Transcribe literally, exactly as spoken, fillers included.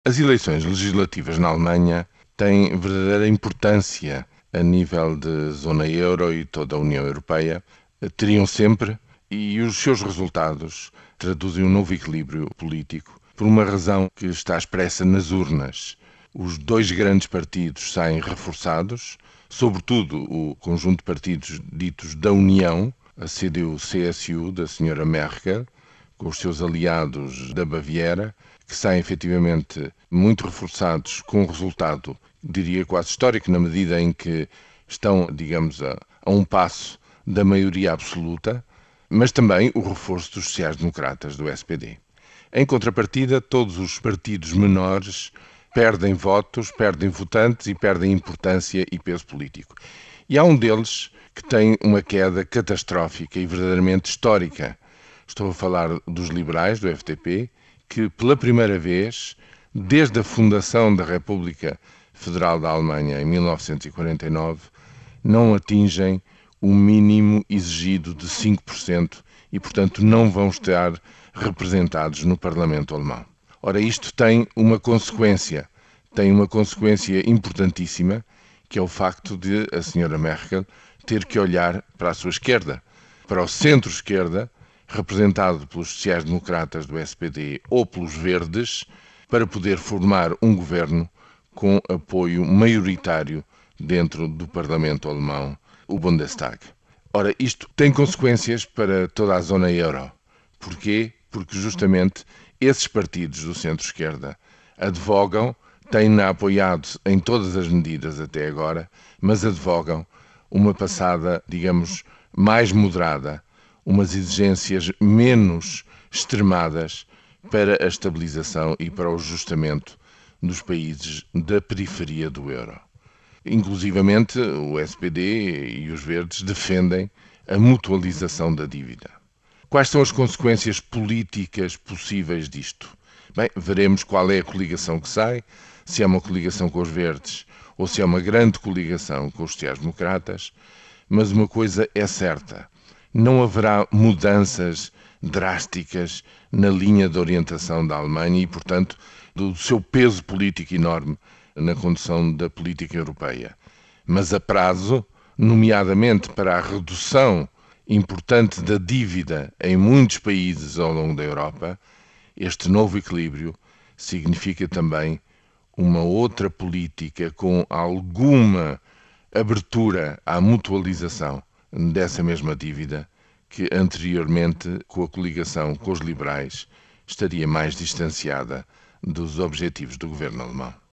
As eleições legislativas na Alemanha têm verdadeira importância a nível de zona euro e toda a União Europeia. Teriam sempre, e os seus resultados traduzem um novo equilíbrio político, por uma razão que está expressa nas urnas. Os dois grandes partidos saem reforçados, sobretudo o conjunto de partidos ditos da União, a C D U C S U, da senhora Merkel, com os seus aliados da Baviera, que saem efetivamente muito reforçados, com um resultado, diria, quase histórico, na medida em que estão, digamos, a, a um passo da maioria absoluta, mas também o reforço dos sociais-democratas, do S P D. Em contrapartida, todos os partidos menores perdem votos, perdem votantes e perdem importância e peso político. E há um deles que tem uma queda catastrófica e verdadeiramente histórica. Estou a falar dos liberais, do F D P, que pela primeira vez, desde a fundação da República Federal da Alemanha em mil novecentos e quarenta e nove, não atingem o mínimo exigido de cinco por cento e, portanto, não vão estar representados no Parlamento alemão. Ora, isto tem uma consequência, tem uma consequência importantíssima, que é o facto de a senhora Merkel ter que olhar para a sua esquerda, para o centro-esquerda, representado pelos sociais-democratas do S P D ou pelos verdes, para poder formar um governo com apoio maioritário dentro do Parlamento alemão, o Bundestag. Ora, isto tem consequências para toda a zona euro. Porquê? Porque justamente esses partidos do centro-esquerda advogam, têm-na apoiado em todas as medidas até agora, mas advogam uma passada, digamos, mais moderada, umas exigências menos extremadas para a estabilização e para o ajustamento dos países da periferia do euro. Inclusivamente, o S P D e os verdes defendem a mutualização da dívida. Quais são as consequências políticas possíveis disto? Bem, veremos qual é a coligação que sai, se é uma coligação com os verdes ou se é uma grande coligação com os sociais-democratas, mas uma coisa é certa: não haverá mudanças drásticas na linha de orientação da Alemanha e, portanto, do seu peso político enorme na condução da política europeia. Mas a prazo, nomeadamente para a redução importante da dívida em muitos países ao longo da Europa, este novo equilíbrio significa também uma outra política com alguma abertura à mutualização dessa mesma dívida que anteriormente, com a coligação com os liberais, estaria mais distanciada dos objetivos do governo alemão.